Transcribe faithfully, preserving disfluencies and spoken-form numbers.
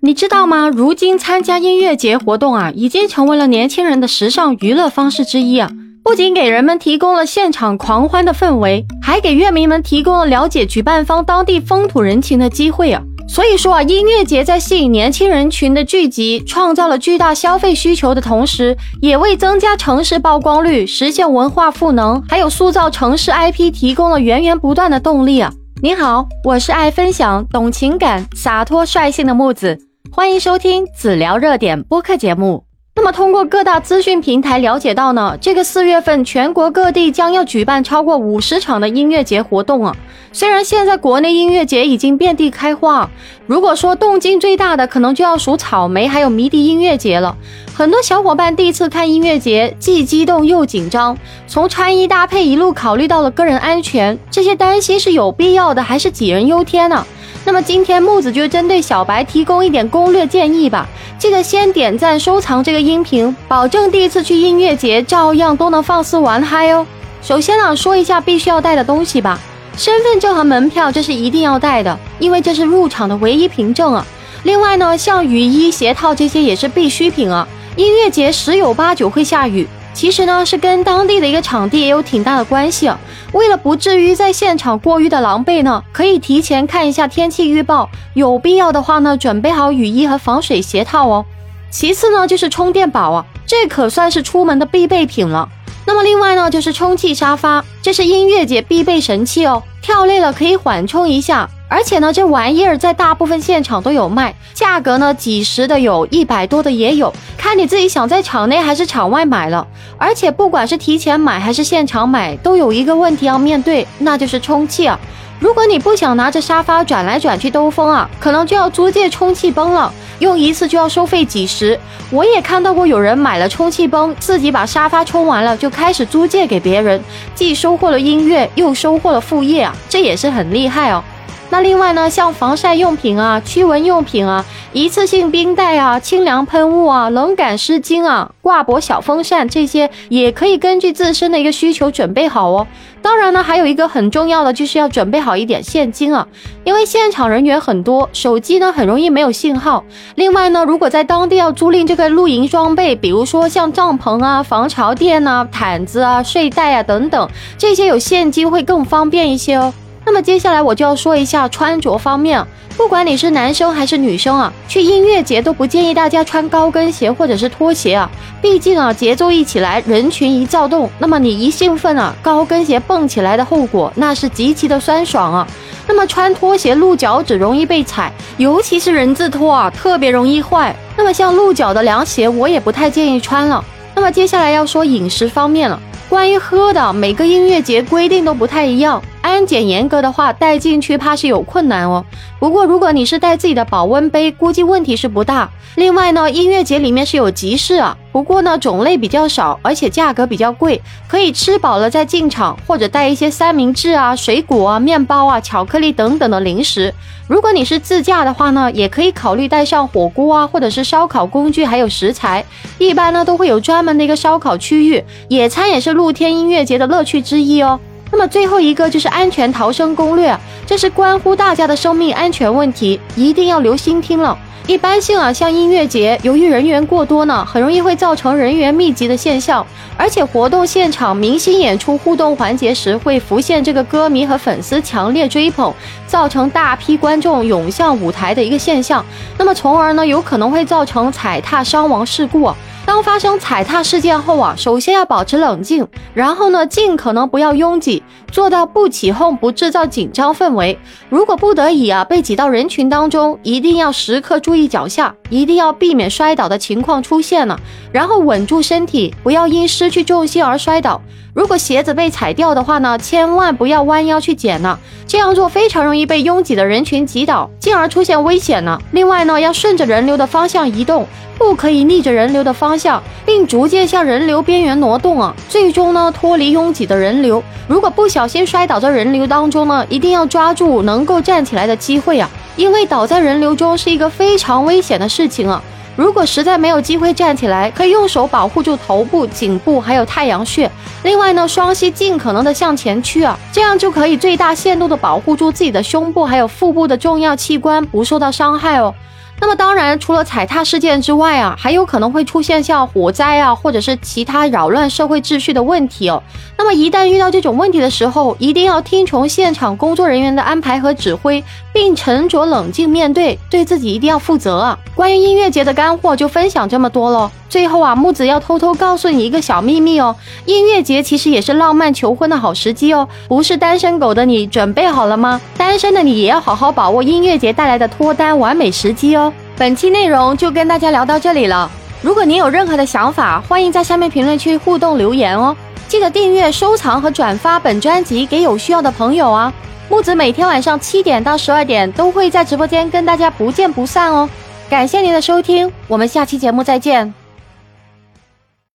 你知道吗？如今参加音乐节活动啊，已经成为了年轻人的时尚娱乐方式之一啊。不仅给人们提供了现场狂欢的氛围，还给乐迷们提供了了解举办方当地风土人情的机会啊。所以说啊，音乐节在吸引年轻人群的聚集，创造了巨大消费需求的同时，也为增加城市曝光率、实现文化赋能，还有塑造城市 I P 提供了源源不断的动力啊。你好，我是爱分享、懂情感、洒脱率性的木子。欢迎收听子聊热点播客节目。那么通过各大资讯平台了解到呢，这个四月份全国各地将要举办超过五十场的音乐节活动啊。虽然现在国内音乐节已经遍地开花，如果说动静最大的可能就要数草莓还有迷笛音乐节了。很多小伙伴第一次看音乐节，既激动又紧张，从穿衣搭配一路考虑到了个人安全，这些担心是有必要的还是杞人忧天呢？那么今天木子就针对小白提供一点攻略建议吧，记得先点赞收藏这个音频，保证第一次去音乐节照样都能放肆玩嗨哦。首先啊，说一下必须要带的东西吧。身份证和门票这是一定要带的，因为这是入场的唯一凭证啊。另外呢，像雨衣、鞋套这些也是必需品啊。音乐节十有八九会下雨，其实呢是跟当地的一个场地也有挺大的关系啊。为了不至于在现场过于的狼狈呢，可以提前看一下天气预报，有必要的话呢，准备好雨衣和防水鞋套哦。其次呢就是充电宝啊，这可算是出门的必备品了。那么另外呢就是充气沙发，这是音乐节必备神器哦，跳累了可以缓冲一下。而且呢，这玩意儿在大部分现场都有卖，价格呢几十的有，一百多的也有，看你自己想在场内还是场外买了。而且不管是提前买还是现场买，都有一个问题要面对，那就是充气啊。如果你不想拿着沙发转来转去兜风啊，可能就要租借充气泵了，用一次就要收费几十。我也看到过有人买了充气泵，自己把沙发充完了就开始租借给别人，既收获了音乐又收获了副业啊，这也是很厉害哦。那另外呢，像防晒用品啊、驱蚊用品啊、一次性冰袋啊、清凉喷雾啊、冷感湿巾啊、挂脖小风扇，这些也可以根据自身的一个需求准备好哦。当然呢，还有一个很重要的就是要准备好一点现金啊，因为现场人员很多，手机呢很容易没有信号。另外呢，如果在当地要租赁这个露营装备，比如说像帐篷啊、防潮垫啊、毯子啊、睡袋啊等等，这些有现金会更方便一些哦。那么接下来我就要说一下穿着方面，不管你是男生还是女生啊，去音乐节都不建议大家穿高跟鞋或者是拖鞋啊，毕竟啊节奏一起来，人群一躁动，那么你一兴奋啊，高跟鞋蹦起来的后果那是极其的酸爽啊。那么穿拖鞋露脚趾容易被踩，尤其是人字拖啊，特别容易坏。那么像露脚的凉鞋我也不太建议穿了。那么接下来要说饮食方面了，关于喝的，每个音乐节规定都不太一样，安检严格的话带进去怕是有困难哦。不过如果你是带自己的保温杯，估计问题是不大。另外呢，音乐节里面是有集市啊，不过呢种类比较少，而且价格比较贵，可以吃饱了再进场，或者带一些三明治啊、水果啊、面包啊、巧克力等等的零食。如果你是自驾的话呢，也可以考虑带上火锅啊，或者是烧烤工具还有食材，一般呢都会有专门的一个烧烤区域，野餐也是露天音乐节的乐趣之一哦。那么最后一个就是安全逃生攻略，这是关乎大家的生命安全问题，一定要留心听了。一般性啊，像音乐节，由于人员过多呢，很容易会造成人员密集的现象，而且活动现场明星演出互动环节时会浮现这个歌迷和粉丝强烈追捧，造成大批观众涌向舞台的一个现象，那么从而呢有可能会造成踩踏伤亡事故啊。当发生踩踏事件后啊，首先要保持冷静，然后呢尽可能不要拥挤，做到不起哄，不制造紧张氛围。如果不得已啊被挤到人群当中，一定要时刻注意脚下，一定要避免摔倒的情况出现了，然后稳住身体，不要因失去重心而摔倒。如果鞋子被踩掉的话呢，千万不要弯腰去捡呢，这样做非常容易被拥挤的人群挤倒，进而出现危险呢。另外呢，要顺着人流的方向移动，不可以逆着人流的方向，并逐渐向人流边缘挪动啊，最终呢脱离拥挤的人流。如果不小心摔倒在人流当中呢，一定要抓住能够站起来的机会啊，因为倒在人流中是一个非常危险的事情啊。如果实在没有机会站起来，可以用手保护住头部、颈部还有太阳穴。另外呢，双膝尽可能的向前屈啊，这样就可以最大限度的保护住自己的胸部还有腹部的重要器官不受到伤害哦。 那么当然，除了踩踏事件之外啊，还有可能会出现像火灾啊，或者是其他扰乱社会秩序的问题哦。那么一旦遇到这种问题的时候，一定要听从现场工作人员的安排和指挥，并沉着冷静面对，对自己一定要负责啊。关于音乐节的干货就分享这么多了。最后啊，木子要偷偷告诉你一个小秘密哦，音乐节其实也是浪漫求婚的好时机哦。不是单身狗的你准备好了吗？单身的你也要好好把握音乐节带来的脱单完美时机哦。本期内容就跟大家聊到这里了，如果您有任何的想法，欢迎在下面评论区互动留言哦。记得订阅、收藏和转发本专辑给有需要的朋友啊。木子每天晚上七点到十二点都会在直播间跟大家不见不散哦。感谢您的收听，我们下期节目再见。